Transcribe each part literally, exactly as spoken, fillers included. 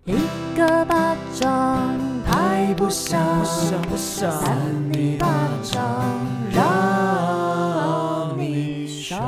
一个巴掌拍不响，扇你巴掌让你爽。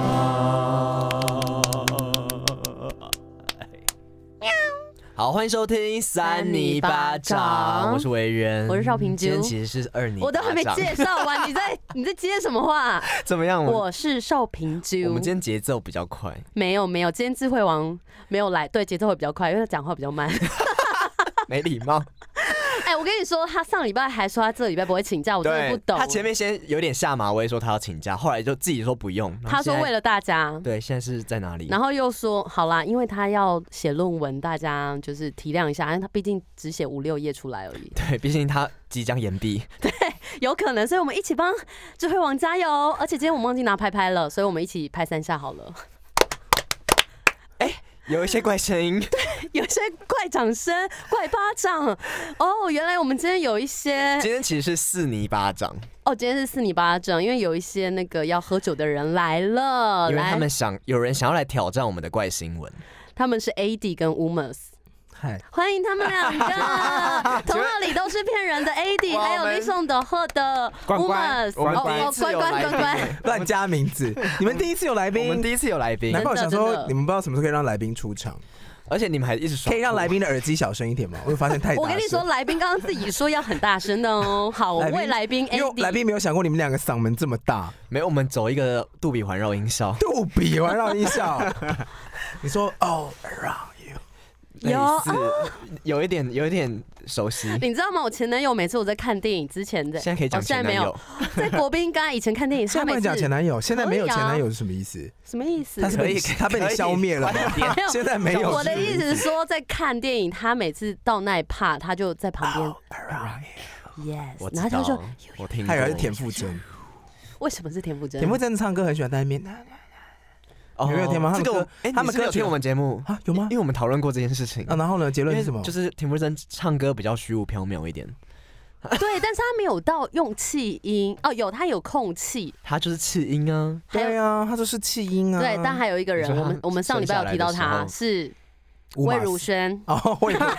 好，欢迎收听三尼巴掌，我是维人， 我是邵平珠。 今天其实是二尼巴掌， 我都还没介绍完，你在你在接什么话？ 怎么样？ 我是邵平珠。 我们今天节奏比较快， 没有没有，今天智慧王没有来，对，节奏会比较快，因为他讲话比较慢， 没礼貌。 哎、欸，我跟你说，他上礼拜还说他这礼拜不会请假，我真的不懂。 他前面先有点下马威说他要请假，后来就自己说不用。 他说为了大家。 对，现在是在哪里？ 然后又说好啦，因为他要写论文，大家就是体谅一下，因为他毕竟只写五六页出来而已。 对，毕竟他即将延毕。 对，有可能，所以我们一起帮智慧王加油。而且今天我们忘记拿拍拍了，所以我们一起拍三下好了。 哎、欸。有一些怪声音， 对，有一些怪掌声、怪巴掌。哦，原来我们今天有一些， 今天其实是四尼巴掌。 哦，今天是四尼巴掌，因为有一些那个要喝酒的人来了， 因为他们想有人想要来挑战我们的怪新闻。 他们是 A D 跟 Umas。欢迎他们两个，同号里都是骗人的 A D， 还有 Listen 的贺的 Umas， 我们第一次有来宾， 关关乱加名字。你们第一次有来宾， 我们第一次有来宾， 难怪我想说你们不知道什么时候可以让来宾出场， 而且你们还一直说可以让来宾的耳机小声一点吗？我发现太大声。 我跟你说，来宾刚刚自己说要很大声的哦。好，我为来宾 A D， 因为来宾没有想过你们两个嗓门这么大。 没有，我们走一个杜比环绕音效。 杜比环绕音效。你说 All around。 有啊， 有一点，有一点熟悉。 你知道吗？我前男友每次我在看电影之前的， 现在可以讲前男友。 哦、在国宾刚以前看电影， 现在不能讲前男友，现在没有前男友是什么意思？ 什么意思？ 他是被他被你消灭了吗？现在没有。 我的意思是说，在看电影，他每次到那一趴，他就在旁边。Yes， 然后他就说， 我听， 他以为是田馥甄。 为什么是田馥甄？ 田馥甄唱歌很喜欢在那边。 哦、 有没有听吗？ 这个，哎、欸，他们有听我们节目啊？有吗？ 因为我们讨论过这件事情啊。然后呢？结论是什么？ 就是田馥甄唱歌比较虚无缥缈一点。 对，但是他没有到用气音哦，有他有控气， 他就是气音啊。 对啊，他就是气音啊。 对，但还有一个人，我们我们上礼拜有提到他是魏如萱。 哦，魏如萱。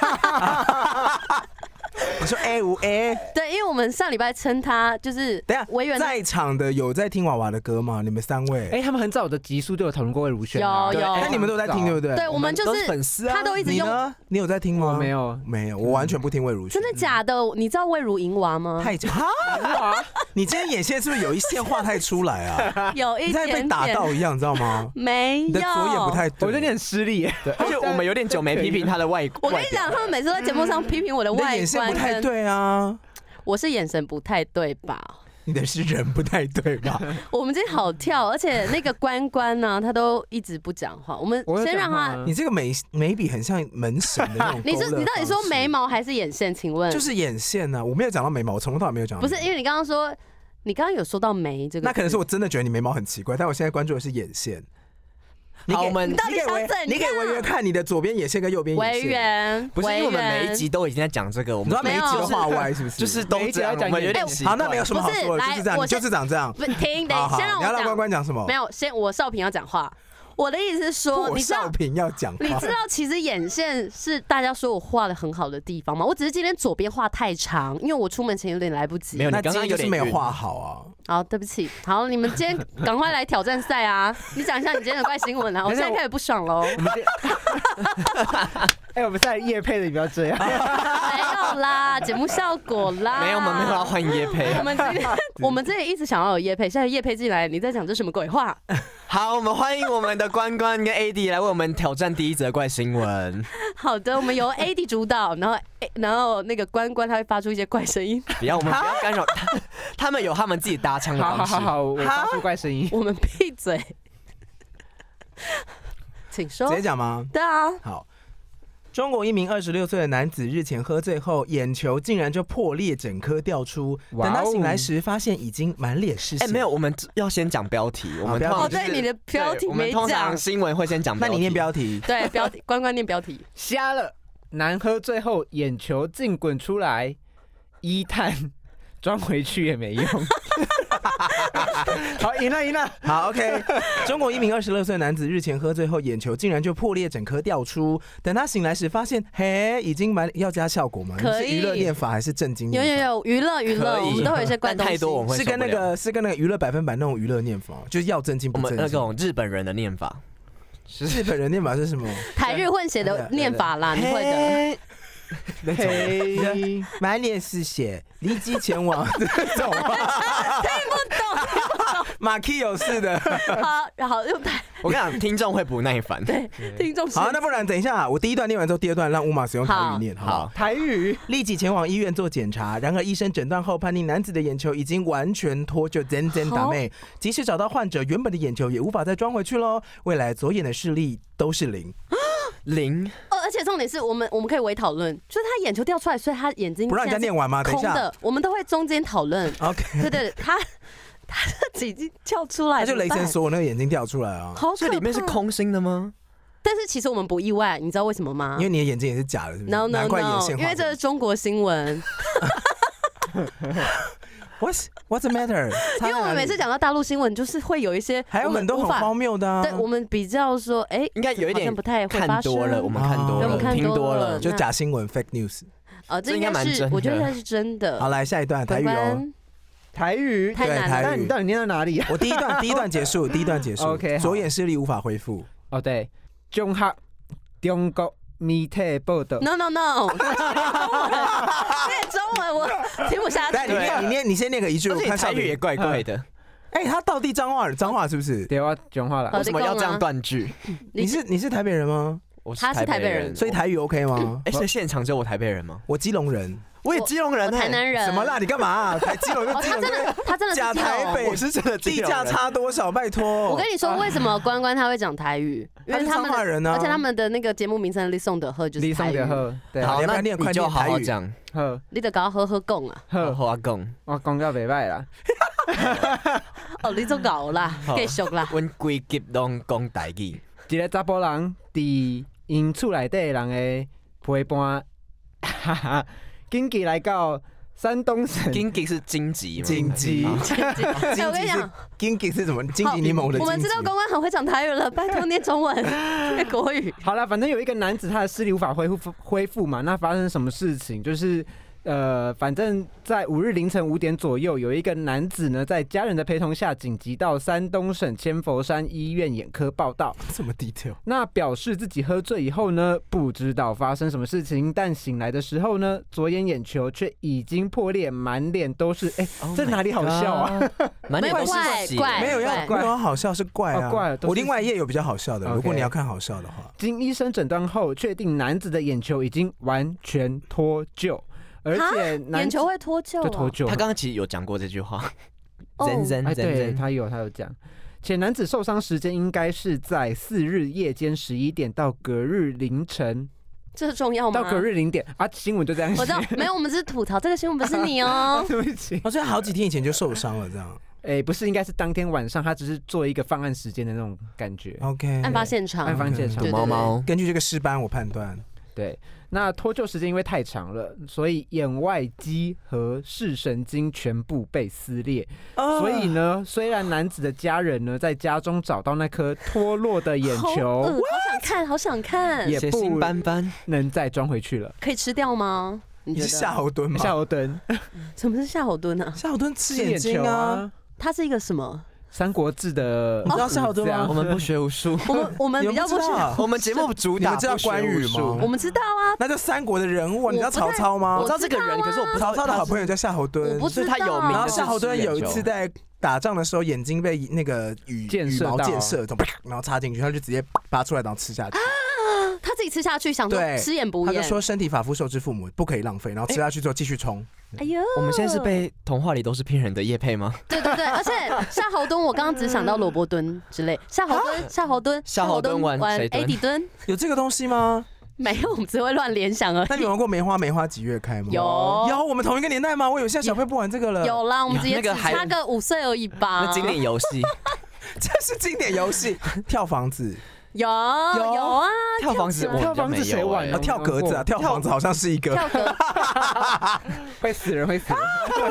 你说 A 五 A？ 对，因为我们上礼拜称他就是等一下， 维园在场的有在听娃娃的歌吗？你们三位？ 哎、欸，他们很早的集数都有讨论过魏如萱、啊， 有有， 那你们都有在听对不对？ 对，我们就是粉丝啊， 他都一直用。 你呢？你有在听吗？ 没有， 没有，我完全不听魏如萱。 真的假的？你知道魏如银娃吗？ 太假哈！你今天眼线是不是有一线画太出来啊？ 有一点点， 你在被打到一样，你知道吗？ 没有， 你的左眼不太对， 我有点失礼。 对，而且我们有点久没批评他的外。 我跟你讲，他们每次都在节目上批评我的外观， 眼线不太对啊。 我是眼神不太对吧？ 你的是人不太对吧？ 我们今天好跳，而且那个关关呢、啊，他都一直不讲话。我们先让他。 你这个眉眉笔很像门神的那种。 你是你到底说眉毛还是眼线？请问？ 就是眼线呢、啊，我没有讲到眉毛，我从头到尾没有讲到。 不是，因为你刚刚说，你刚刚有说到眉这个， 那可能是我真的觉得你眉毛很奇怪，但我现在关注的是眼线。 好，我们你到底想怎样？ 你给维园看你的左边眼线跟右边眼线。 维园不是，因为我们每一集都已经在讲这个，我们你知道每一集都画歪是不是？ 就是都这样，我们有点奇怪。 好，那没有什么好说的，就是这样，你就是长这样。 停，等一下，先让我讲。 你要让关关讲什么？ 没有，先我少平要讲话。我的意思是说，你知道少平要讲话， 你知道其实眼线是大家说我画的很好的地方吗？我只是今天左边画太长，因为我出门前有点来不及。 没有，你刚刚就是没有画好啊。 好，对不起。好，你们今天赶快来挑战赛啊！你讲一下你今天的怪新闻啊！我现在开始不爽喽。 哎，我们在业配的，你不要这样。 没有啦，节目效果啦。 没有，我们没有要换业配。 我们这我们这里一直想要有业配，现在业配进来，你在讲这什么鬼话？ 好，我们欢迎我们的关关跟 A D 来为我们挑战第一则怪新闻。 好的，我们由 A D 主导，然后然后那个关关他会发出一些怪声音。 不要，我们不要干扰他，他们有他们自己搭腔的方式。 好好好，我发出怪声音。 我们闭嘴，请说。 直接讲吗？ 对啊。 好。中国一名二十六岁的男子日前喝醉后，眼球竟然就破裂，整颗掉出。等他醒来时，发现已经满脸是血。 哎，没有，我们要先讲标题。我们哦，对，你的标题没讲。 我们通常新闻会先讲标题。 那你念标题。 对，标题，关关念标题。 瞎了，男喝醉后眼球竟滚出来，一探装回去也没用。 好，赢了赢了。 好 ，OK。中国一名二十六岁男子日前喝醉后，眼球竟然就破裂，整颗掉出。等他醒来时，发现嘿，已经买要加效果吗？ 可以是娱乐念法还是正经念有法？ 有有娱乐娱乐，我们都有一些怪东西。 太多我们会是跟那个是跟那个娱乐百分百那种娱乐念法，就是要正经不我们正经。 那种日本人的念法， 日本人念法是什么？ 台日混血的念法啦，你会的。 嘿，满脸是血，立即前往这种吧。 听不懂， 马 key 有事的。 好，然后用台， 我跟你讲，听众会不耐烦。 对，听众好，那不然等一下，我第一段念完之后，第二段让乌马使用台语念，好不好？ 台语立即前往医院做检查，然而医生诊断后判定男子的眼球已经完全脱臼，真真打妹。即使找到患者原本的眼球，也无法再装回去喽。未来左眼的视力都是零。 零， 哦，而且重点是我们我们可以微讨论，就是他眼球掉出来，所以他眼睛不让人家念完吗？等一下， 我们都会中间讨论。 OK， 对对，他他的眼睛跳出来， 他就雷神索我那个眼睛掉出来啊， 好可怕， 这里面是空心的吗？ 但是其实我们不意外，你知道为什么吗？ 因为你的眼睛也是假的，是不是 ？No No 难怪眼 No， 线。 因为这是中国新闻。 What's What's the matter？ 因为我们每次讲到大陆新闻，就是会有一些还有很多很荒谬的、啊。 对，我们比较说，哎、欸， 应该有一点不太会发生。 看多了，我们看多了， 我们看听多了， 就假新闻 fake news。 哦，这应该是，我觉得应该是真的。 好，来下一段台语哦。 台语太难了。 那你到底念到哪里啊？ 我第一段第一段结束，第一段结束。 OK， 左眼视力无法恢复。 哦，对，中学中国媒体报道。 No No No， 念中文我听不下去。 你念你念你先念个一句，我看台语也怪怪的。 哎、欸，他到底脏话脏话是不是？ 对啊，讲话了。 为什么要这样断句？ 你是你是台北人吗？ 我是他是台北人， 所以台语 OK 吗？ 哎，是现场只有我台北人吗？ 我基隆人。 我也基隆人、欸， 台南人。 什么啦？你干嘛、啊？台基隆就基隆、 哦，他真的，他真的是假台北， 我是真的地价差多少？拜托。 我跟你说，为什么关关他会讲台语？因为他们的人呢、啊， 而且他们的那个节目名称“李颂的喝”就是台语。 对，好，那你快就好好讲。 好， 你得搞好好讲啊。 好好啊讲， 我讲到袂歹啦。 哦，你做搞啦，继续啦。 阮规集拢讲台语。 一个查甫人伫因厝内底人的陪伴，哈哈，紧急来到山东省。 紧急是荆棘吗？ 荆棘。 我跟你讲， 荆棘是什么？荆棘柠檬的荆棘。 我们知道公关很会讲台语了，拜托念中文，念国语。 好了，反正有一个男子他的视力无法恢复恢复嘛，那发生什么事情？就是。呃，反正在五日凌晨五点左右，有一个男子呢，在家人的陪同下，紧急到山东省千佛山医院眼科报到。 这么 detail？ 那表示自己喝醉以后呢，不知道发生什么事情，但醒来的时候呢，左眼眼球却已经破裂，满脸都是。哎、欸， oh、这哪里好笑啊？ 满脸都是血， 怪没有要没有好笑，是怪啊。 哦、怪我另外也有比较好笑的， okay. 如果你要看好笑的话。 经医生诊断后，确定男子的眼球已经完全脱臼。而且眼球会脱臼、啊， 就脱臼。 他刚刚其实有讲过这句话， 人人哎，对他有他有讲。且男子受伤时间应该是在四日夜间十一点到隔日凌晨， 这是重要吗？ 到隔日零点啊，新闻就这样写。 我知道，没有，我们只是吐槽这个新闻，不是你哦。 对不起， 好像好几天以前就受伤了，这样。 哎、欸，不是，应该是当天晚上，他只是做一个犯案时间的那种感觉。 OK， 案发现场， 案发现场， 猫猫。 根据这个尸斑，我判断。 对，那脱臼时间因为太长了，所以眼外肌和视神经全部被撕裂。Oh. 所以呢，虽然男子的家人呢在家中找到那颗脱落的眼球， 好, 好想看，好想看， 也不斑斑能再装回去了。 可以吃掉吗？ 你是夏侯惇吗？ 夏侯惇， 什么是夏侯惇啊？ 夏侯惇吃眼睛啊， 它是一个什么？ 三国志的， 你知道夏侯惇吗？ 我们不学无术， 我们我们比较不是， 我们节目主打你们知道关羽吗？ 我们知道啊， 那就三国的人物，你知道曹操吗？ 我知道这个人，可是我不知道曹操的好朋友叫夏侯惇， 我不知道。 他有名。 然后夏侯惇有一次在打仗的时候，眼睛被那个羽羽毛箭射，然后插进去，他就直接拔出来，然后吃下去。 他自己吃下去，想说吃眼不厌，他就说身体发肤受之父母，不可以浪费，然后吃下去之后继续冲。 哎呦， 我们现在是被童话里都是骗人的业配吗？ 对对对，而且夏侯惇，我刚刚只想到萝卜蹲之类，夏侯惇，夏侯惇， 夏侯惇玩谁蹲 ？A D 蹲， 有这个东西吗？ 没有，我们只会乱联想而已。 那你玩过梅花梅花几月开吗？ 有有，我们同一个年代吗？我以为现在小朋友不玩这个了。 有啦，我们直接只差个五岁而已吧。 那经典游戏， 这是经典游戏，跳房子。 有有有啊， 跳房子， 跳房子谁玩啊？跳格子啊，跳房子好像是一个。 跳格， 会死人，会死人。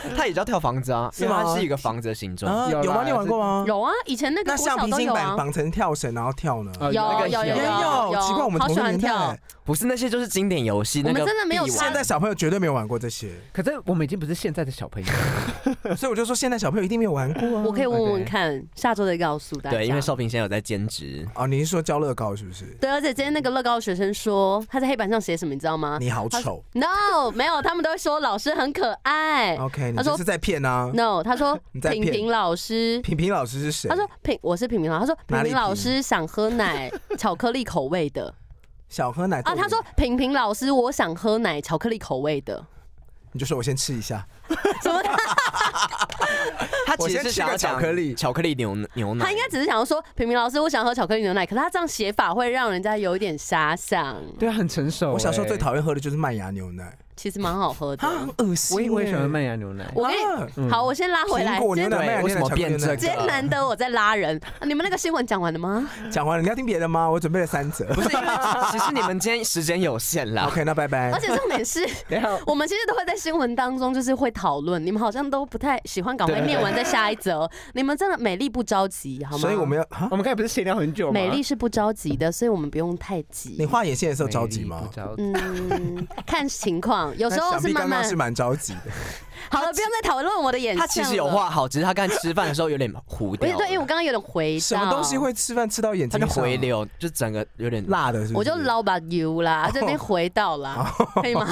它也叫跳房子啊，是吗？它是一个房子的形状。 有吗？你玩过吗？ 有啊，以前那个那橡皮筋绑绑成跳绳，然后跳呢？ 有有有有有， 奇怪，我们同年代不是那些就是经典游戏。 我们真的没有， 现在小朋友绝对没有玩过这些。 可是我们已经不是现在的小朋友， 所以我就说现在小朋友一定没有玩过啊。 我可以问问看，下周再告诉大家。 对，因为少平现在有在兼职。 哦，你是说教乐高是不是？ 对，而且今天那个乐高的学生说他在黑板上写什么，你知道吗？ 你好丑。 No， 没有，他们都会说老师很可爱。 OK， 他说是在骗啊。 No， 他说平平老师。 平平老师是谁？ 他说平，我是平平老师。他说平平老师想喝奶，巧克力口味的。 想喝奶啊？他说平平老师，我想喝奶，巧克力口味的。 你就说我先吃一下。 什么？ 他其实是想要巧克力巧克力牛牛奶。 他应该只是想要说平平老师，我想喝巧克力牛奶。可是他这样写法会让人家有一点遐想。 对，很成熟。 我小时候最讨厌喝的就是麦芽牛奶。 其实蛮好喝的， 很恶心。 我也喜欢麦芽牛奶。 我跟你好，我先拉回来。 苹果牛奶、麦芽牛奶变这个？ 今天难得我在拉人，你们那个新闻讲完了吗？ 讲完了，你要听别的吗？我准备了三则。 不是，因为其实你们今天时间有限啦。 OK， 那拜拜。 而且重点是，我们其实都会在新闻当中就是会讨论，你们好像都不太喜欢赶快念完再下一则。你们真的美丽不着急，好吗？ 所以我们要， 我们刚才不是闲聊很久吗？ 美丽是不着急的，所以我们不用太急。 你画眼线的时候着急吗？ 嗯，看情况，有时候是慢。 刚刚是蛮着急的。 好了，不要再讨论我的眼线。 他其实有画好，只是他刚才吃饭的时候有点糊掉。 对，因为我刚刚有点回到。 什么东西会吃饭吃到眼睛上？ 他就回流，就整个有点辣的是不是？ 我就捞把油啦，这边回到啦，可以吗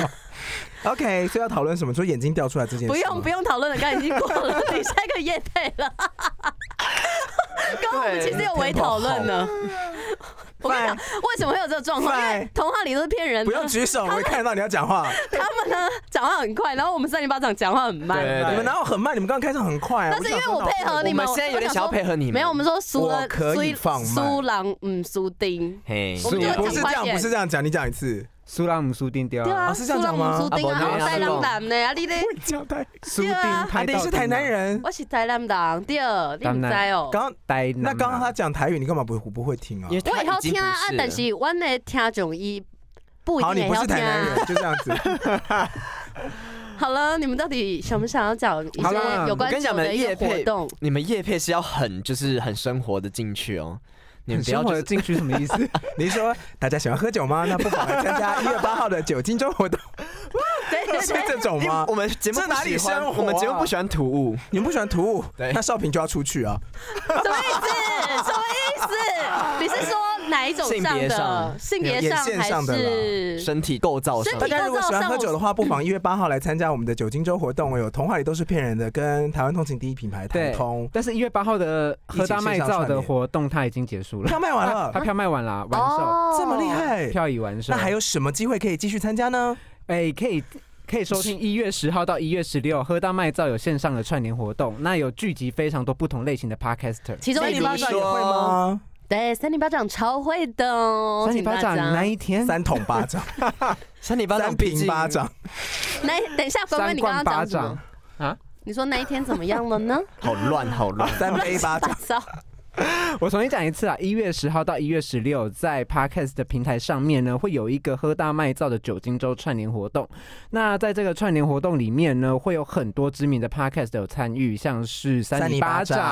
？OK， 所以要讨论什么？说眼睛掉出来这件事。 不用不用讨论了，刚刚已经过了，你下一个业配了。刚刚我们其实有微讨论呢。我跟你讲，为什么会有这个状况？因为童话里都是骗人的。 不用举手，我会看到你要讲话。 他们呢，讲话很快，然后我们三零巴掌讲话很慢。 你们哪有很慢？你们刚刚开场很快啊！ 但是因为我配合你们， 我们现在有点想要配合你们。 没有，我们说苏了， 可以放慢。 苏郎嗯苏丁， 嘿，不是这样，不是这样讲，你讲一次。 苏朗姆苏丁掉啊， 是这样讲吗？ 苏丁啊，台南人呢，啊你咧？ 苏丁拍到，你是台南人， 我是台南人，对，你唔知哦。 刚台那刚刚他讲台语，你干嘛不不会听啊？ 我以后听啊，啊，但是我的听众伊不一定会听。 好，你不是台南人，就这样子。 好了，你们到底想不想要讲一些有关酒的一些活动？ 你们业配是要很就是很生活的进去哦。 你们不要就是进去什么意思？ 你说大家喜欢喝酒吗？那不妨来参加一月八号的酒精周活动。 对， 是这种吗？ 我们节目哪里生活？ 我们节目不喜欢突兀， 你们不喜欢突兀？对，那少平就要出去啊。 什么意思？什么意思？你是说哪一种上的？性别上还是身体构造上？ 大家如果喜欢喝酒的话，不妨一月八号来参加我们的酒精周活动。有童话里都是骗人的，跟台湾通勤第一品牌台通。 但是一月八号的喝大麦造的活动，它已经结束了， 票卖完了， 他票卖完了，完售， 这么厉害， 票已完售。 那还有什么机会可以继续参加呢？ 哎，可以。可以收听一月十号到一月十六，喝大麦造有线上的串联活动，那有聚集非常多不同类型的 podcaster， 其中三零巴掌也会吗？ 对，三零巴掌超会的哦。 三零巴掌那一天， 三桶巴掌， 三零巴掌， 三瓶巴掌。 那等一下，关关，你刚刚讲什么啊？你说那一天怎么样了呢？ 好乱，好乱， 三杯巴掌。 我重新讲一次啊！一月十号到一月十六，在 Podcast 的平台上面呢，会有一个喝大麦造的酒精周串联活动。那在这个串联活动里面呢，会有很多知名的 Podcast 有参与，像是三里巴掌、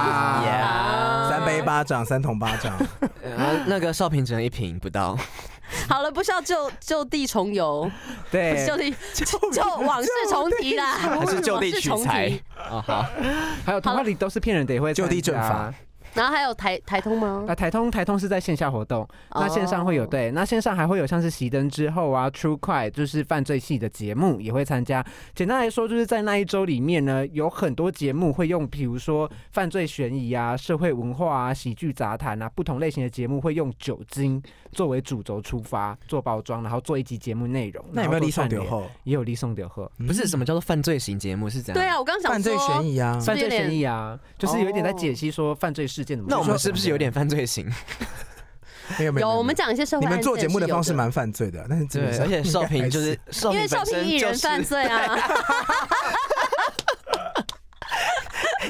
yeah, 三杯巴掌、三桶巴掌。 呃，那个少平只能一瓶不到。 好了，不需要就就地重游， 对， 就地就往事重提啦， 还是就地取材啊？好， 还有童话里都是骗人的，也会就地正法。 然后还有台台通吗？ 啊，台通台通是在线下活动，那线上会有、oh. 对，那线上还会有像是熄灯之后啊 ，True Crime 就是犯罪系的节目也会参加。简单来说，就是在那一周里面呢，有很多节目会用，比如说犯罪悬疑啊、社会文化啊、喜剧杂谈啊，不同类型的节目会用酒精作为主轴出发做包装，然后做一集节目内容。 那有没有立送丢后？ 也有立送丢后， 不是什么叫做犯罪型节目是这样？ 对啊，我刚想说犯罪悬疑啊， 犯罪悬疑啊，就是有一点在解析说犯罪事件怎么。 那我们是不是有点犯罪型？ 没有没有， 有我们讲一些社会案件。 你们做节目的方式蛮犯罪的，但是对，而且少平就是因为少平艺人犯罪啊。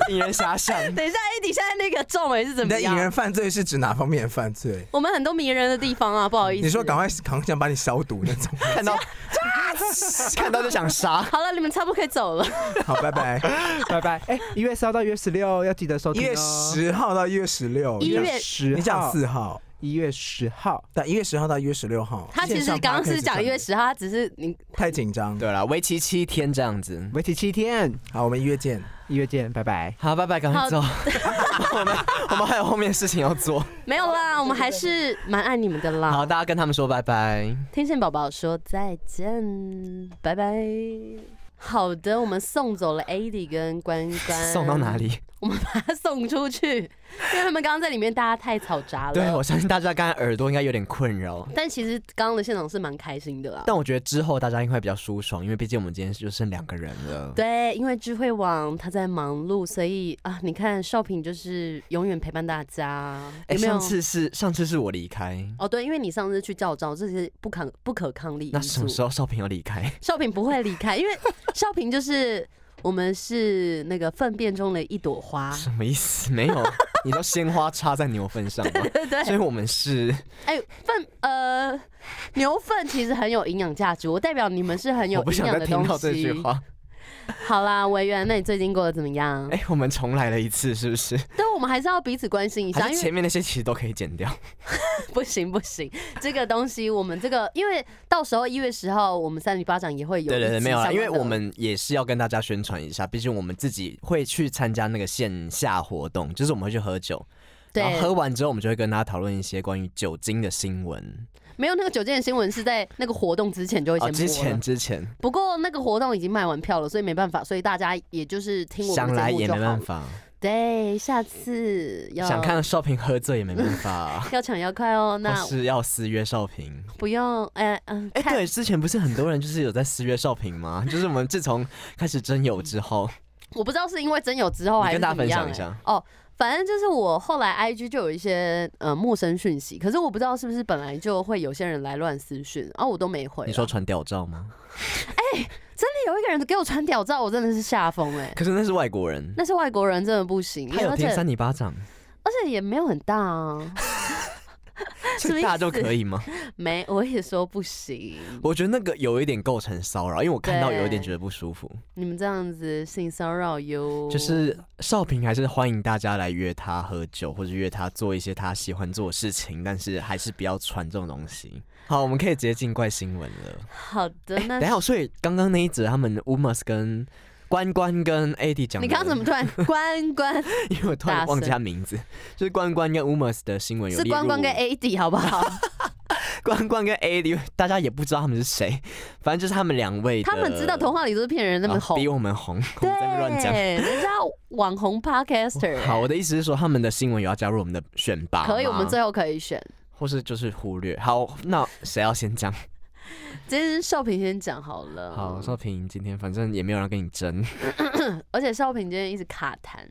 引人遐想。 等一下 ，A D 现在那个皱眉是怎么样？ 你的引人犯罪是指哪方面的犯罪？ 我们很多迷人的地方啊，不好意思。 你说赶快赶快想把你消毒那种， 看到看到就想杀。 好了，你们差不多可以走了。 好，拜拜。 拜拜。哎，一月四号到一月十六要记得收听哦。 一月十号到一月十六， 一月十， 你讲四号。 一月十号， 对，一月十号到一月十六号。 他其实刚刚是讲一月十号，他只是你太紧张。 对了，为期七天这样子， 为期七天。 好，我们一月见， 一月见，拜拜。 好，拜拜，赶快走。我们我们还有后面事情要做。 没有啦，我们还是蛮爱你们的啦。 好，大家跟他们说拜拜。 天线宝宝说再见，拜拜。好的，我们送走了 A D 跟关关， 送到哪里？ 我们把他送出去，因为他们刚刚在里面大家太嘈杂了。 对，我相信大家刚才耳朵应该有点困扰， 但其实刚刚的现场是蛮开心的啦。 但我觉得之后大家应该会比较舒爽，因为毕竟我们今天就剩两个人了。 对，因为智慧网他在忙碌，所以啊，你看少平就是永远陪伴大家。 哎、 有没有？ 上次是上次是我离开哦，对，因为你上次去教招，这是不可不可抗力因素。 那什么时候少平要离开？ 少平不会离开，因为少平就是我们是那个粪便中的一朵花。 什么意思？没有，你都鲜花插在牛粪上吗？ 对对对， 所以我们是哎粪呃牛粪其实很有营养价值，我代表你们是很有我不想再营养的东听到这句西。 话。 好啦，维园，那你最近过得怎么样？ 哎、我们重来了一次，是不是？ 对，我们还是要彼此关心一下，因为还是前面那些其实都可以剪掉。 不行不行，这个东西我们这个，因为到时候一月十号我们三里巴掌也会有。 对对对，没有啦，因为我们们也是要跟大家宣传一下，毕竟我们自己会去参加那个线下活动，就是我们会去喝酒，然后喝完之后我们就会跟大家讨论一些关于酒精的新闻。 没有那个酒店的新闻是在那个活动之前就会先播了、 哦、之前之前。 不过那个活动已经卖完票了，所以没办法，所以大家也就是听我们想来也没办法。 法。 对，下次要想看少平喝醉也没办法。 要抢要快哦。那是要私约少平？ 不用，哎、呃、嗯， 哎、欸，对，之前不是很多人就是有在私约少平吗？就是我们自从开始真友之后， 我不知道是因为真友之后还是怎么样、欸、 跟大家分享一下哦。反正就是我后来 I G 就有一些呃陌生讯息，可是我不知道是不是本来就会有些人来乱私讯，然、啊、后我都没回。 你说传屌照吗？ 哎、欸，真的有一个人给我传屌照，我真的是吓疯哎。 可是那是外国人， 那是外国人，真的不行。 他有贴三里巴掌， 而且也没有很大啊。 最大就可以吗？ 没，我也说不行。 我觉得那个有一点构成骚扰，因为我看到有一点觉得不舒服。 你们这样子性骚扰哟。 就是少平还是欢迎大家来约他喝酒，或者约他做一些他喜欢做的事情，但是还是不要传这种东西。好，我们可以直接进怪新闻了。 好的，那、 欸、等一下，所以刚刚那一则他们 Umas 跟关关跟 A D 讲， 你刚刚怎么突然关关？ 因为我突然忘记他名字，就是关关跟 Umas 的新闻有是关关跟 A D 好不好？ 关关跟 A D 大家也不知道他们是谁，反正就是他们两位。 他们知道童话里都是骗人，那么红、 啊，比我们红，我们在那乱讲。 对，人家网红 podcaster。 好，我的意思是说，他们的新闻有要加入我们的选拔， 可以，我们最后可以选， 或是就是忽略。好，那谁要先讲？ 今天少平先讲好了。 好，少平今天反正也没有人跟你争， 而且少平今天一直卡痰。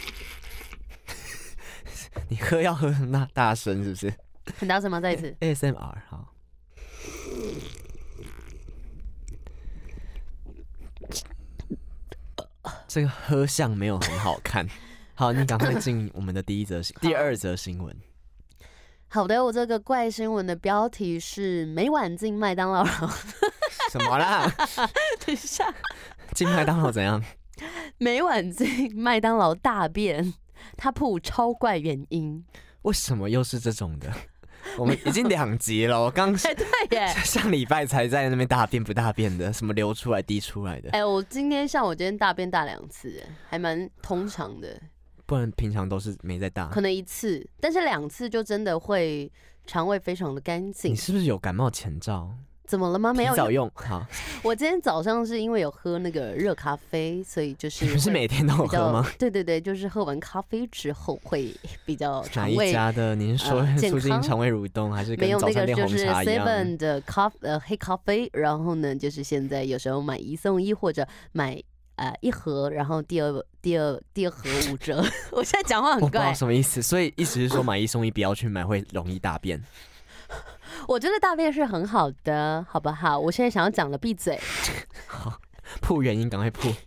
你喝要喝那大声是不是？ 很大声吗？再一次 A S M R 好。这个喝相没有很好看。好，你赶快进我们的第一则、第二则新闻。 好的，我这个怪新闻的标题是每晚进麦当劳。 什么啦？ 等一下， 进麦当劳怎样？ 每晚进麦当劳大便，他铺超怪原因。 为什么又是这种的？我们已经两集了，我刚哎、欸、对耶， 上礼拜才在那边大便不大便的，什么流出来滴出来的。 哎、欸，我今天像我今天大便大两次，还蛮通常的。 不然平常都是没在大， 可能一次，但是两次就真的会肠胃非常的干净。 你是不是有感冒前兆？ 怎么了吗？没有， 提早用好。 我今天早上是因为有喝那个热咖啡，所以就是你们是每天都有喝吗？ 对对对，就是喝完咖啡之后会比较肠胃。 哪一家的？您是说促进肠胃蠕动，还是跟早餐店红茶一样？ 没有，那个就是 Seven 的咖呃黑咖啡，然后呢，就是现在有时候买一送一或者买。呃，一盒，然后第二、第二、第二盒五折。我现在讲话很怪， 我不知道什么意思，所以意思是说买一送一，不要去买，会容易大便。 我觉得大便是很好的，好不好？我现在想要讲的，闭嘴。 好，铺原因，赶快铺。 其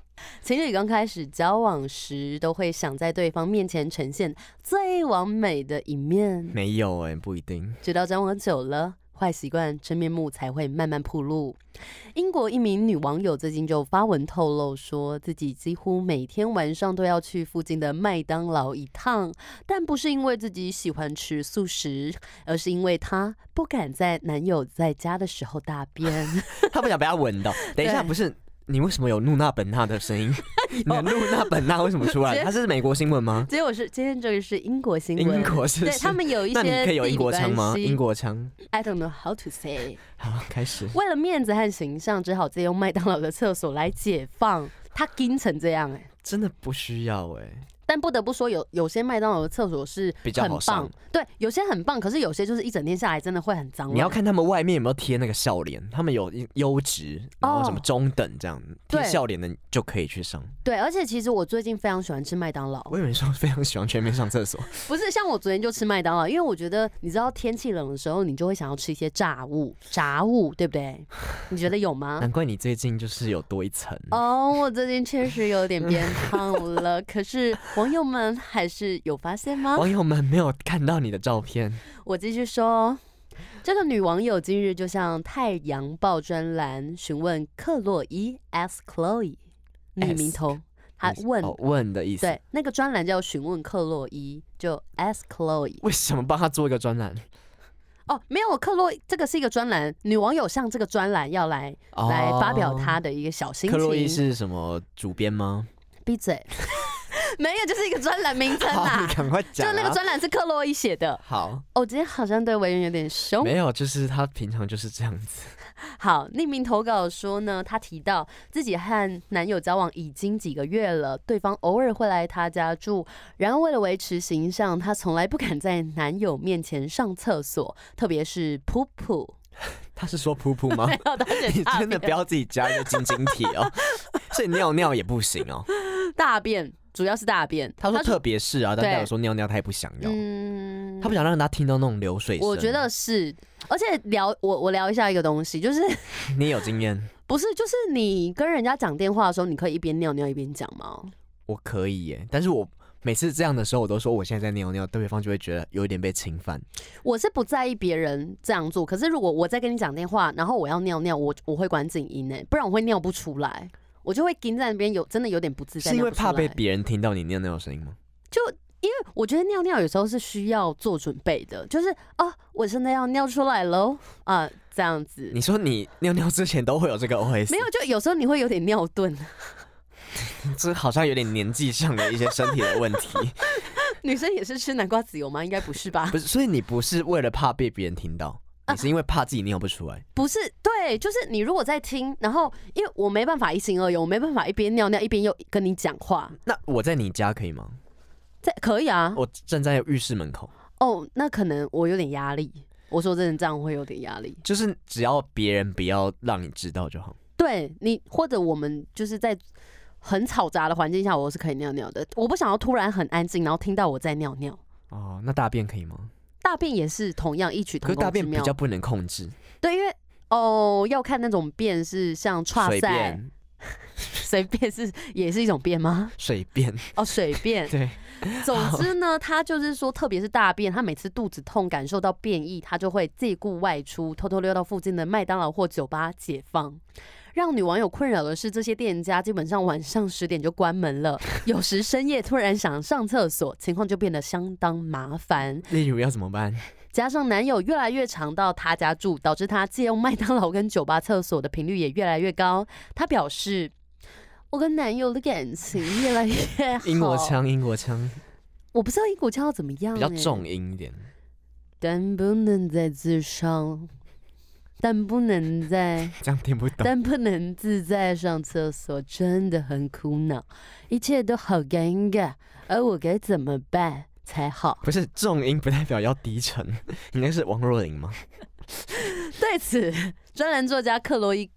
情侣刚开始交往时，都会想在对方面前呈现最完美的一面。 没有哎、欸，不一定。 直到交往久了，坏习惯真面目才会慢慢暴露。英国一名女网友最近就发文透露，说自己几乎每天晚上都要去附近的麦当劳一趟，但不是因为自己喜欢吃素食，而是因为她不敢在男友在家的时候大便。 她不想被他闻到。等一下，不是。你为什么有露娜本娜的声音？你的露娜本娜为什么出来？它是美国新闻吗？ 结果是今天这个是英国新闻。 英国是， 对他们有一些， 那你可以有英国腔吗？英国腔 ，I don't know how to say。 好，开始。 为了面子和形象，只好借用麦当劳的厕所来解放。他盯成这样、欸，哎， 真的不需要哎、欸。 但不得不说有，有有些麦当劳的厕所是比较好上， 对，有些很棒，可是有些就是一整天下来真的会很脏。 你要看他们外面有没有贴那个笑脸，他们有优质，然后什么中等这样贴笑脸的就可以去上。 对，而且其实我最近非常喜欢吃麦当劳。 我以为说非常喜欢全面上厕所， 不是，像我昨天就吃麦当劳，因为我觉得你知道天气冷的时候，你就会想要吃一些炸物、炸物，对不对？你觉得有吗？ 难怪你最近就是有多一层。 哦，我最近确实有点变胖了，可是网友们还。还是有发现吗？ 网友们没有看到你的照片。 我继续说，这个女网友今日就向《太阳报》专栏询问克洛伊 S Chloe 女名头，她问、 哦、问的意思。 对，那个专栏叫询问克洛伊，就 S Chloe。 为什么帮她做一个专栏？ 哦，没有，克洛这个是一个专栏，女网友上这个专栏要来、哦、来发表她的一个小心情。 克洛伊是什么主编吗？ 闭嘴。没有，就是一个专栏名称啦。 你赶快讲、啊。 就那个专栏是克洛伊写的。 好。 哦，今天好像对维园有点凶。 没有，就是他平常就是这样子。 好，匿名投稿说呢，他提到自己和男友交往已经几个月了，对方偶尔会来他家住，然后为了维持形象，他从来不敢在男友面前上厕所，特别是噗噗。 他是说噗噗吗？ 没有，他你真的不要自己加一个晶晶体哦，所以尿尿也不行哦。 大便。主要是大便， 他说特别是啊，但他有说尿尿他也不想要，嗯，他不想让他听到那种流水声。 我觉得是，而且聊我我聊一下一个东西，就是你有经验？ 不是，就是你跟人家讲电话的时候，你可以一边尿尿一边讲吗？ 我可以耶，但是我每次这样的时候，我都说我现在在尿尿，对方就会觉得有一点被侵犯。 我是不在意别人这样做，可是如果我在跟你讲电话，然后我要尿尿，我我会关静音诶，不然我会尿不出来。我就会盯在那边，有真的有点不自在。 是因为怕被别人听到你尿尿的声音吗？ 就因为我觉得尿尿有时候是需要做准备的，就是啊，我真的要尿出来喽啊，这样子。 你说你尿尿之前都会有这个 O S？ 没有，就有时候你会有点尿遁。 这好像有点年纪上的一些身体的问题。 女生也是吃南瓜籽油吗？应该不是吧？ 不是，所以你不是为了怕被别人听到。你是因为怕自己尿不出来、啊？ 不是，对，就是你如果在听，然后因为我没办法一心二用，我没办法一边尿尿一边又跟你讲话。 那我在你家可以吗？ 在可以啊。 我站在浴室门口。 哦，那可能我有点压力。我说真的，这样会有点压力。 就是只要别人不要让你知道就好。 对你，或者我们就是在很嘈杂的环境下，我是可以尿尿的。我不想要突然很安静，然后听到我在尿尿。 哦，那大便可以吗？ 大便也是同样异曲同工之妙， 可是大便比较不能控制。 对，因为哦，要看那种便是像剉赛，随便是也是一种便吗？ 水便哦，水便。 对， 总之呢，他就是说，特别是大便，他每次肚子痛感受到便意，他就会借故外出，偷偷溜到附近的麦当劳或酒吧解放。让女网友困扰的是，这些店家基本上晚上十点就关门了，有时深夜突然想上厕所，情况就变得相当麻烦。 例如要怎么办？ 加上男友越来越常到他家住，导致他借用麦当劳跟酒吧厕所的频率也越来越高。他表示，我跟男友的感情越来越好。 英国腔，英国腔， 我不知道英国腔要怎么样、欸， 比较重音一点。 但不能再自伤。但不能在这样听不懂， 但不能自在上厕所，真的很苦恼，一切都好尴尬，而我该怎么办才好？ 不是重音不代表要低沉，你那是王若琳吗？ 对此，专栏作家克洛伊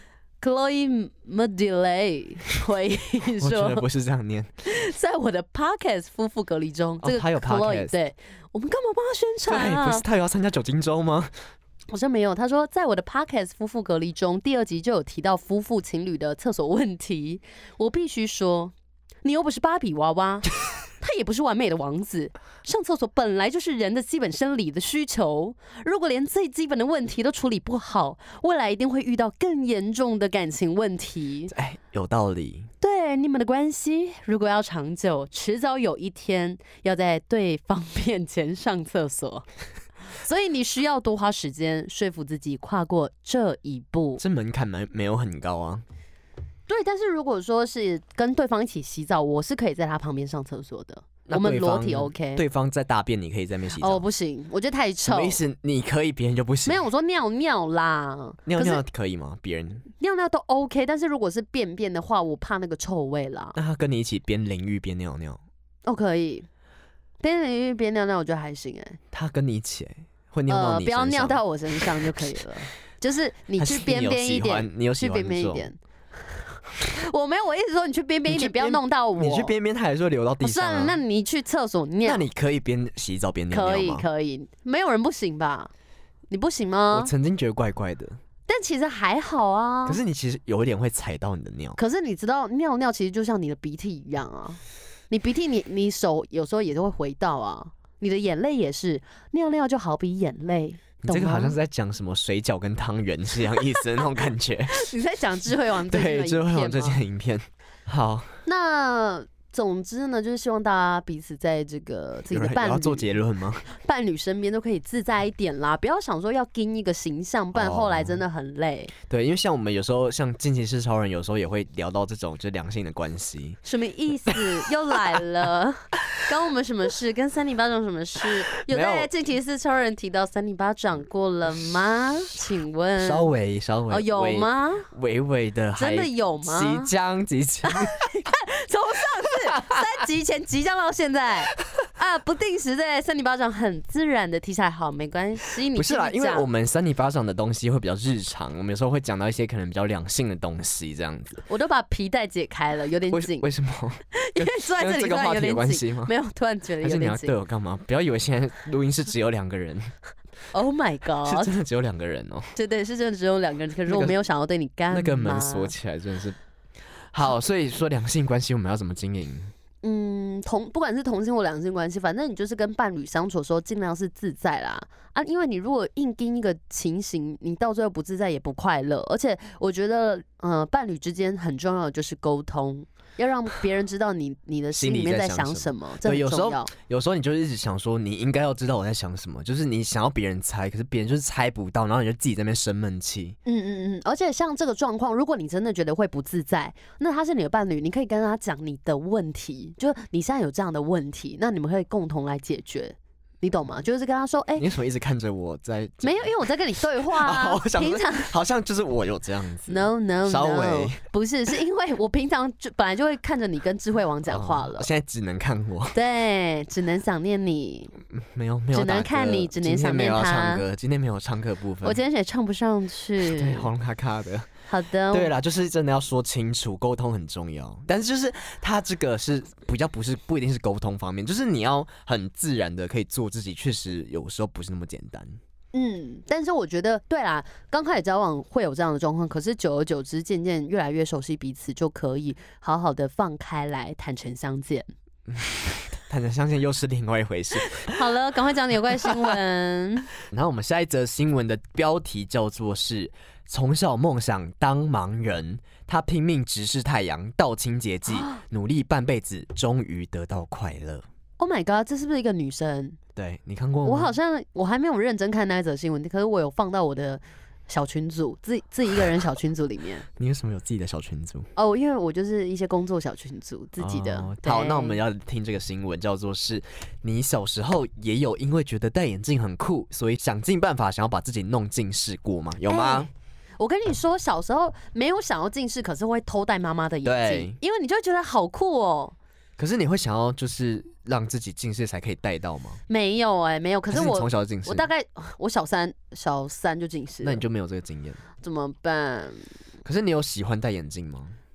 Chloe Madeley 回应说：“ 我觉得不是这样念， 在我的 podcast 夫妇隔离中， 哦、 这个他有 podcast， 对， 我们干嘛帮他宣传啊？ 对，不是他有要参加酒精周吗？” 好像没有。他说，在我的 podcast 夫妇隔离中，第二集就有提到夫妇情侣的厕所问题。我必须说，你又不是芭比娃娃，他也不是完美的王子。上厕所本来就是人的基本生理的需求，如果连最基本的问题都处理不好，未来一定会遇到更严重的感情问题。 哎，有道理。 对，你们的关系如果要长久，迟早有一天要在对方面前上厕所。所以你需要多花时间说服自己跨过这一步。 这门槛没没有很高啊。 对，但是如果说是跟对方一起洗澡，我是可以在他旁边上厕所的。我们裸体 OK。 对方在大便，你可以在那边洗澡。 哦，不行，我觉得太臭。 什么意思？你可以，别人就不行？ 没有，我说尿尿啦。 尿尿可以吗？别人尿尿都 OK， 但是如果是便便的话，我怕那个臭味啦。 那他跟你一起边淋浴边尿尿？ 哦，可以。边淋浴边尿尿，我觉得还行哎、欸。 他跟你一起、欸，会尿到你身上、 呃、不要尿到我身上就可以了。就是你去边边一点， 你有喜欢， 去边边一点。我没有，我一直说你去边边一点，不要弄到我。 你去边边，它还是会流到地上、啊。 算了，那你去厕所尿。 那你可以边洗澡边尿尿吗？ 可以，可以，没有人不行吧？你不行吗？ 我曾经觉得怪怪的， 但其实还好啊。 可是你其实有一点会踩到你的尿。 可是你知道，尿尿其实就像你的鼻涕一样啊。你鼻涕你，你你手有时候也都会回到啊。你的眼泪也是，尿尿就好比眼泪。 你这个好像是在讲什么水饺跟汤圆是一样意思的那种感觉。 你在讲智慧王最近的影片吗？ 对，智慧王最近的影片。好， 那总之呢，就是希望大家彼此在这个自己的伴侣要做结论吗？ 伴侣身边都可以自在一点啦，不要想说要跟一个形象，不然后来真的很累。 哦、对，因为像我们有时候像近期是超人，有时候也会聊到这种就良性的关系。 什么意思？又来了？关我们什么事？跟三里巴掌什么事？有在近期是超人提到三里巴掌过了吗？请问？ 稍微稍微哦，有吗？ 微微的， 真的有吗？ 即将即将。 你看，从上次三集前即将到现在啊，不定时在三里巴掌很自然的提起来，好，没关系。你不是啦，因为我们三里巴掌的东西会比较日常，我们有时候会讲到一些可能比较两性的东西，这样子。 我都把皮带解开了，有点紧。 为什么？ 因为坐在这里突然有点紧。没有，突然觉得有点紧。 还是你要对我干嘛？不要以为现在录音室只有两个人。 Oh my god！ 是真的只有两个人哦、喔。 对对，是真的只有两个人。可是我没有想要对你干嘛。 那个门锁起来真的是。好，所以说两性关系我们要怎么经营？ 嗯，同不管是同性或两性关系，反正你就是跟伴侣相处的时候，尽量是自在啦啊！因为你如果硬盯一个情形，你到最后不自在也不快乐。而且我觉得，呃，伴侣之间很重要的就是沟通。要让别人知道你你的心里面在想什么，这很重要。 有时候有时候你就一直想说，你应该要知道我在想什么，就是你想要别人猜，可是别人就是猜不到，然后你就自己在那边生闷气。 嗯嗯嗯，而且像这个状况，如果你真的觉得会不自在，那他是你的伴侣，你可以跟他讲你的问题，就你现在有这样的问题，那你们可以共同来解决。你懂吗？就是跟他说，哎、欸， 你为什么一直看着我在？ 没有，因为我在跟你对话啊。 哦、 平常好像就是我有这样子。 No no no， 稍微不是，是因为我平常就本来就会看着你跟智慧王讲话了、 哦，现在只能看我。 对，只能想念你。 没有没有， 只能看你，只能想念他。 今天没有唱歌，今天没有唱歌部分。 我今天也唱不上去。 对，喉咙卡卡的。 好的， 对啦，就是真的要说清楚，沟通很重要。但是就是他这个是比较不是不一定是沟通方面，就是你要很自然的可以做自己，确实有时候不是那么简单。 嗯，但是我觉得对啦，刚开始交往会有这样的状况，可是久而久之，渐渐越来越熟悉彼此，就可以好好的放开来，坦诚相见。 坦诚相见又是另外一回事。 好了，赶快讲你有关新闻。 然后我们下一则新闻的标题叫做是从小梦想当盲人，他拼命直视太阳，倒清洁剂，努力半辈子，终于得到快乐。 Oh my god， 这是不是一个女生？ 对，你看过吗？ 我好像我还没有认真看那一则新闻，可是我有放到我的小群组，自己自己一个人小群组里面。 你为什么有自己的小群组？ 哦， oh, 因为我就是一些工作小群组自己的。 哦、好，那我们要听这个新闻，叫做是你小时候也有因为觉得戴眼镜很酷，所以想尽办法想要把自己弄近视过吗？有吗？欸， 我跟你说，小时候没有想要近视，可是会偷戴妈妈的眼镜，因为你就会觉得好酷哦。 可是你会想要就是让自己近视才可以戴到吗？ 没有哎、欸，没有。可是我从小近视， 我大概我小三小三就近视了。 那你就没有这个经验？ 怎么办？ 可是你有喜欢戴眼镜吗？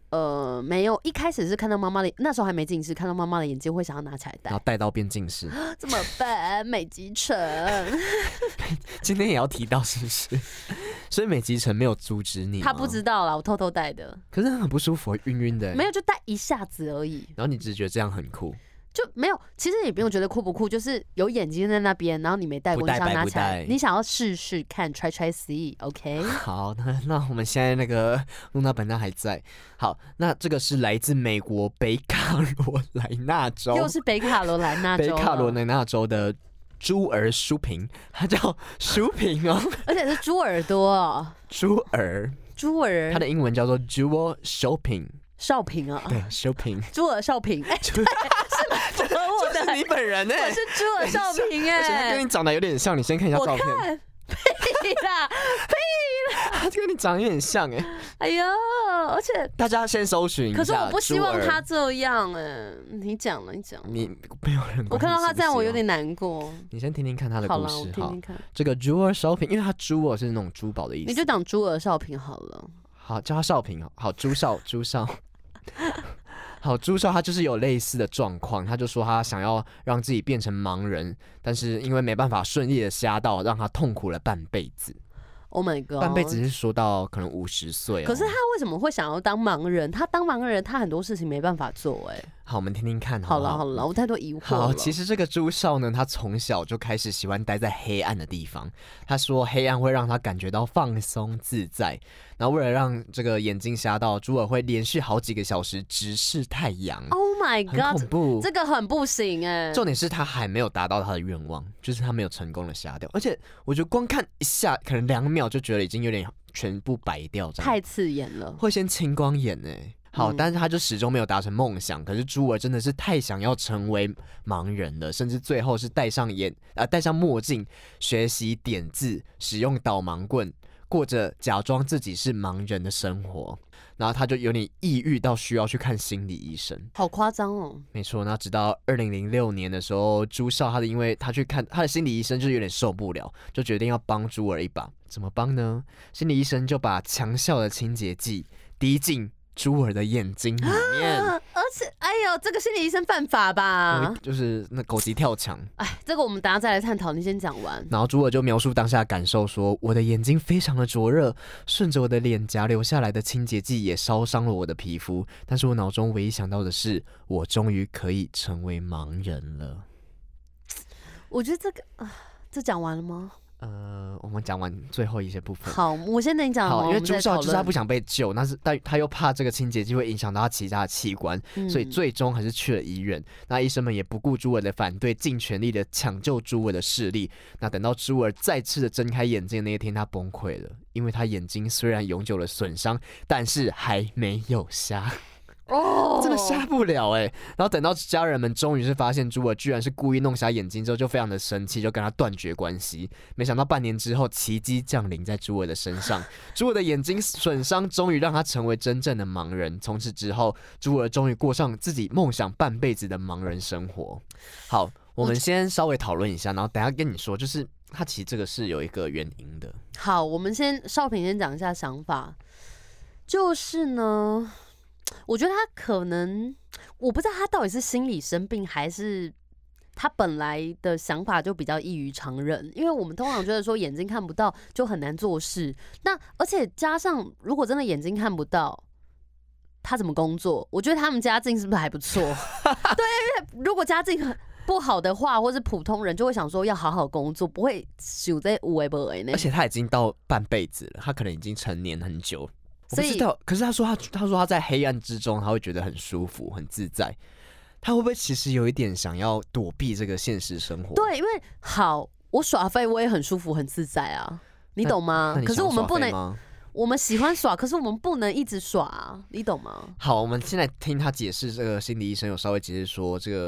呃，没有，一开始是看到妈妈的，那时候还没近视，看到妈妈的眼镜会想要拿起来戴然后，戴到变近视。 怎么办？美极城， 今天也要提到是不是？所以美极城没有阻止你吗， 他不知道啦，我偷偷戴的， 可是很不舒服，晕晕的。 没有就戴一下子而已。 然后你只是觉得这样很酷， 就没有，其实也不用觉得酷不酷，就是有眼睛在那边，然后你没戴过，你不戴白不想要拿起来， 戴你想要试试看，try try see，OK？、 好，那那我们现在那个露娜本娜还在。好，那这个是来自美国北卡罗来纳州， 又是北卡罗来纳州北了， 卡罗来纳州的猪儿酥饼，它叫酥饼哦， 而且是猪耳朵、哦， 猪儿， 猪耳， 它的英文叫做 Jewel Shopping， 少平啊， 对，Shopping， 猪耳少平，哎、对，是符合我的， 是你本人哎、 我是猪耳少平而且它哎、 跟你长得有点像，你先看一下我照片， 看，屁啦， 它跟你长得有点像哎、 哎呦，而且， 大家先搜寻一下。 可是我不希望猪儿他这样哎、你讲了，你讲了， 你没有人关心， 我看到他这样，我有点是难过。 不是。你先听听看他的好了，我故事哈听听。看， 这个 Jewel Shopping，因为它珠哦是那种珠宝的意思， 你就讲猪耳少平好了。 好叫他少平哦，好朱少朱少。好，朱少他就是有类似的状况，他就说他想要让自己变成盲人，但是因为没办法顺利的瞎到，让他痛苦了半辈子。 Oh my god！ 半辈子是说到可能五十岁哦。 可是他为什么会想要当盲人？他当盲人，他很多事情没办法做、哎， 好，我们听听看好不好好了好了，我太多疑惑了。 好，其实这个朱少呢，他从小就开始喜欢待在黑暗的地方。他说，黑暗会让他感觉到放松自在。然后为了让这个眼睛瞎到，朱尔会连续好几个小时直视太阳。 Oh my 很 god！ 恐怖。 这个很不行哎、 重点是他还没有达到他的愿望，就是他没有成功的瞎掉。而且我觉得光看一下，可能两秒就觉得已经有点全部白掉，这样太刺眼了。 会先青光眼哎、好， 嗯但是他就始终没有达成梦想。可是朱尔真的是太想要成为盲人了，甚至最后是戴上眼啊、呃，戴上墨镜，学习点字，使用导盲棍，过着假装自己是盲人的生活。然后他就有点抑郁到需要去看心理医生。 好夸张哦！ 没错，那直到二零零六年的时候，朱少他的因为他去看他的心理医生，就有点受不了，就决定要帮朱尔一把。怎么帮呢？心理医生就把强效的清洁剂滴进朱尔的眼睛里面， 啊而且，哎呦，这个心理医生犯法吧？ 就是那狗急跳墙。 哎，这个我们等一下再来探讨。你先讲完。 然后朱尔就描述当下的感受说：“我的眼睛非常的灼热，顺着我的脸颊流下来的清洁剂也烧伤了我的皮肤。但是我脑中唯一想到的是，我终于可以成为盲人了。” 我觉得这个啊，这讲完了吗？ 呃，我们讲完最后一些部分。 好，我先等你讲完。 好，因为朱少就是他不想， 想被救，但是但他又怕这个清洁剂会影响到他其他的器官， 嗯所以最终还是去了医院。那医生们也不顾朱尔的反对，尽全力的抢救朱尔的视力。那等到朱尔再次的睁开眼睛的那一天，他崩溃了，因为他眼睛虽然永久的损伤，但是还没有瞎。 哦， 真的瞎不了哎、欸！然后等到家人们终于是发现朱尔居然是故意弄瞎眼睛之后，就非常的生气，就跟他断绝关系。没想到半年之后，奇迹降临在朱尔的身上，朱尔的眼睛损伤终于让他成为真正的盲人。从此之后，朱尔终于过上自己梦想半辈子的盲人生活。好，我们先稍微讨论一下，然后等一下跟你说，就是他其实这个是有一个原因的。 好，我们先少平先讲一下想法，就是呢。我觉得他可能，我不知道他到底是心理生病，还是他本来的想法就比较异于常人。因为我们通常觉得说眼睛看不到就很难做事，那而且加上如果真的眼睛看不到，他怎么工作？我觉得他们家境是不是还不错？对，因为如果家境很不好的话，或是普通人就会想说要好好工作，不会想在有的没的。 而且他已经到半辈子了，他可能已经成年很久。我不所以知道，可是他说他他说他在黑暗之中，他会觉得很舒服、很自在。他会不会其实有一点想要躲避这个现实生活？ 对，因为好，我耍废我也很舒服、很自在啊，你懂吗？可是那你想我们不能， 耍废吗？ 我们喜欢耍，可是我们不能一直耍啊，你懂吗？ 好，我们现在听他解释，这个心理医生有稍微解释说，这个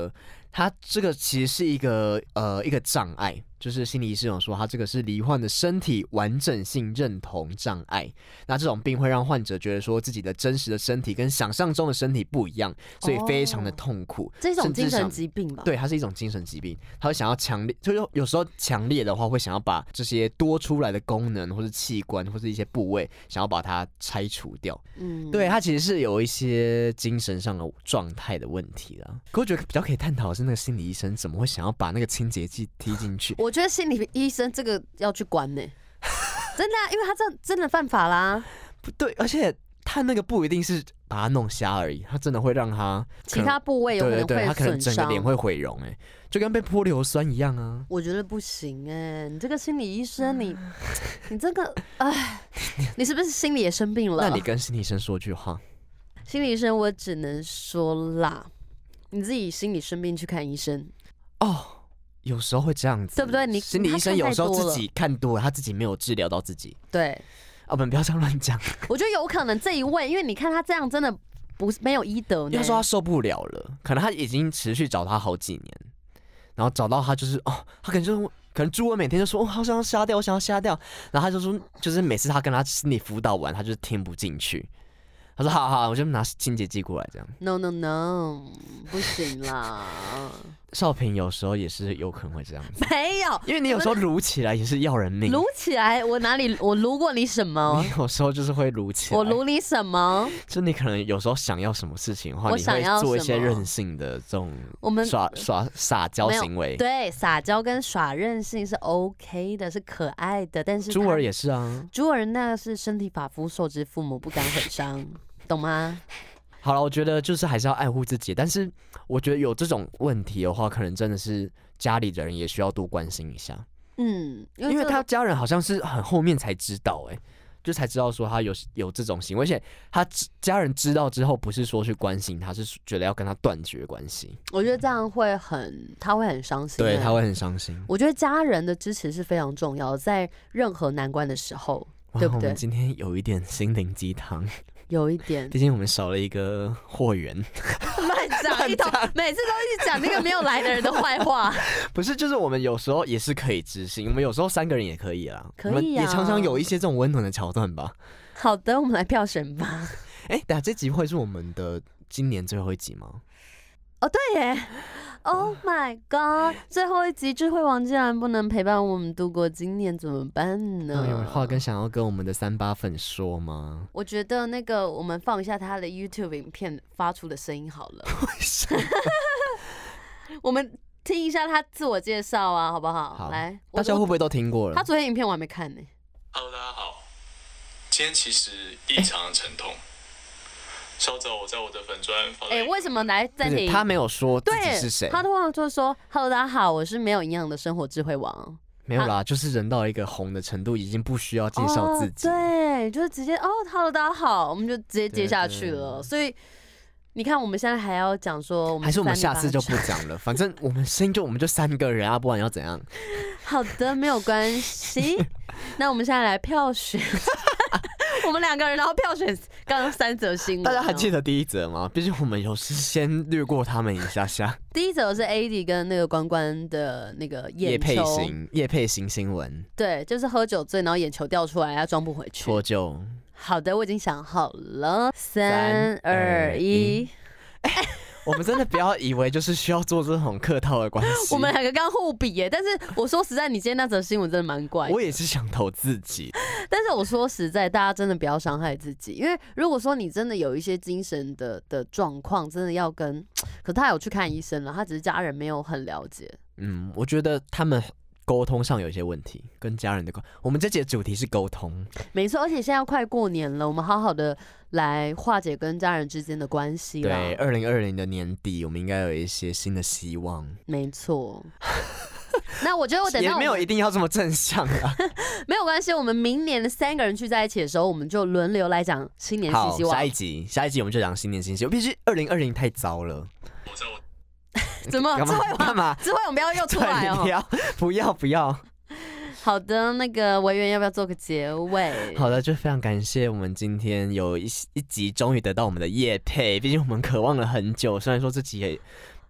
他这个其实是一个呃一个障碍，就是心理医生有说他这个是罹患的身体完整性认同障碍。那这种病会让患者觉得说自己的真实的身体跟想象中的身体不一样，所以非常的痛苦。 哦、这种精神疾病吧？ 对，它是一种精神疾病，他会想要强烈，就是有时候强烈的话会想要把这些多出来的功能或是器官或是一些部位想要把它拆除掉。嗯，对，他其实是有一些精神上的状态的问题啦。可我觉得比较可以探讨的是那个心理医生怎么会想要把那个清洁剂踢进去。 我觉得心理医生这个要去关呢、欸，真的、啊，因为他这真的犯法啦。 不对，而且他那个不一定是把他弄瞎而已，他真的会让他其他部位有可能会损伤，对对对， 他可能整个脸会毁容，哎，就跟被泼硫酸一样啊。 我觉得不行哎、欸，你这个心理医生，你你这个，哎，你是不是心理也生病了？ 那你跟心理医生说句话。 心理医生，我只能说啦，你自己心理生病去看医生哦。有时候会这样子， 对不对？你心理医生有时候自己看多了，他自己没有治疗到自己。 对， 啊，我们不要这样乱讲。 我觉得有可能这一位，因为你看他这样真的不没有医德呢。 要说他受不了了，可能他已经持续找他好几年，然后找到他就是哦，他可能就是可能朱文每天就说，我、哦、好想要瞎掉，我想要瞎掉，然后他就说，就是每次他跟他心理辅导完，他就是听不进去。他说好好，我就拿清洁剂过来这样。 No no no， 不行啦。 少平有时候也是有可能会这样子。 没有， 因为你有时候撸起来也是要人命。 撸起来，我哪里我撸过你什么？ 你有时候就是会撸起来。 我撸你什么？ 就你可能有时候想要什么事情的话，你会做一些任性的这种我们耍耍撒娇行为。 对，撒娇跟耍任性是 OK 的，是可爱的。但是猪儿也是啊， 猪儿那是身体发肤受之父母，不敢毁伤，懂吗？ 好了，我觉得就是还是要爱护自己，但是我觉得有这种问题的话，可能真的是家里的人也需要多关心一下。嗯，因为, 因为他家人好像是很后面才知道、欸，哎，就才知道说他有有这种行为，而且他家人知道之后，不是说去关心他，是觉得要跟他断绝关系。 我觉得这样会很，他会很伤心。 对，他会很伤心。 我觉得家人的支持是非常重要的，在任何难关的时候，对不对？ 我们今天有一点心灵鸡汤。 有一点， 毕竟我们少了一个货源， 乱讲一通，每次都一直讲那个没有来的人的坏话。 不是，就是我们有时候也是可以知性，我们有时候三个人也可以啦， 可以啊， 我们也常常有一些这种温暖的桥段吧。 好的，我们来票选吧。 哎、欸，等下这集会是我们的今年最后一集吗？ 哦，对耶。Oh my god！ 最后一集智慧王竟然不能陪伴我们度过今年，怎么办呢？ 有话跟想要跟我们的三八粉说吗？ 我觉得那个我们放一下他的 YouTube 影片发出的声音好了。 为什么？ 我们听一下他自我介绍啊，好不好？ 好， 来， 大家会不会都听过了？ 他昨天影片我还没看呢。 Hello， 大家好，今天其实异常的沉痛。稍早我在我的粉专发了。哎、 欸，为什么来暂停？ 他没有说自己是谁， 他突然就说 ：“Hello， 大家好，我是没有营养的生活智慧王。” 没有啦，就是人到一个红的程度，已经不需要介绍自己。 哦、对，就是直接哦 ，Hello， 大家好，我们就直接接下去了。所以你看，我们现在还要讲说我们， 还是我们下次就不讲了，反正我们声音就我们就三个人啊，不然要怎样？ 好的，没有关系。那我们现在来票选。我们两个人，然后票选刚刚三则新闻。 大家还记得第一则吗？毕竟我们有事先略过他们一下下。 第一则是 A D 跟那个关关的那个眼球业配型业配型新闻， 对，就是喝酒醉，然后眼球掉出来，要装不回去。 脱臼。 好的，我已经想好了，三二一。 我们真的不要以为就是需要做这种客套的关系。 我们两个刚互比耶，但是我说实在，你今天那则新闻真的蛮怪的。 我也是想投自己， 但是我说实在，大家真的不要伤害自己，因为如果说你真的有一些精神的的状况，真的要跟，可他有去看医生了，他只是家人没有很了解。 嗯，我觉得他们沟通上有一些问题，跟家人的沟。我们这集的主题是沟通， 没错，而且现在要快过年了，我们好好的来化解跟家人之间的关系啦。 对，二零二零的年底，我们应该有一些新的希望。 没错。那我觉得我等到我也没有一定要这么正向啊， 没有关系。我们明年三个人聚在一起的时候，我们就轮流来讲新年新希望。 好，下一集，下一集我们就讲新年新希望。毕竟二零二零太糟了。 我在我怎么？智慧王干嘛？ 智慧王不要又出来哦！ 不要不要不要。 好的，那个维园要不要做个结尾？ 好的，就非常感谢我们今天有一一集终于得到我们的业配，毕竟我们渴望了很久。虽然说这集也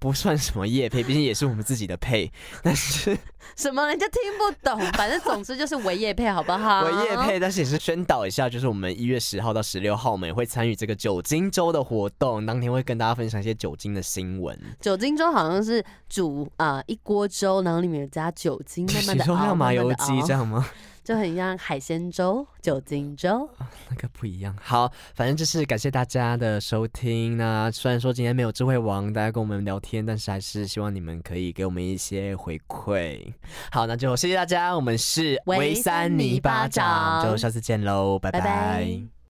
不算什么业配，毕竟也是我们自己的配，但是什么人家听不懂，反正总之就是为业配，好不好？ 为业配，但是也是宣导一下，就是我们一月十号到十六号，我们也会参与这个酒精周的活动，当天会跟大家分享一些酒精的新闻。 酒精粥好像是煮啊、呃、一锅粥，然后里面有加酒精，慢慢的熬， 你说像麻油鸡这样吗？ 就很像海鲜粥、酒精粥， 那个不一样。好，反正就是感谢大家的收听。那虽然说今天没有智慧王大家跟我们聊天，但是还是希望你们可以给我们一些回馈。好，那就谢谢大家，我们是微三泥巴掌就下次见喽，拜拜。 拜拜。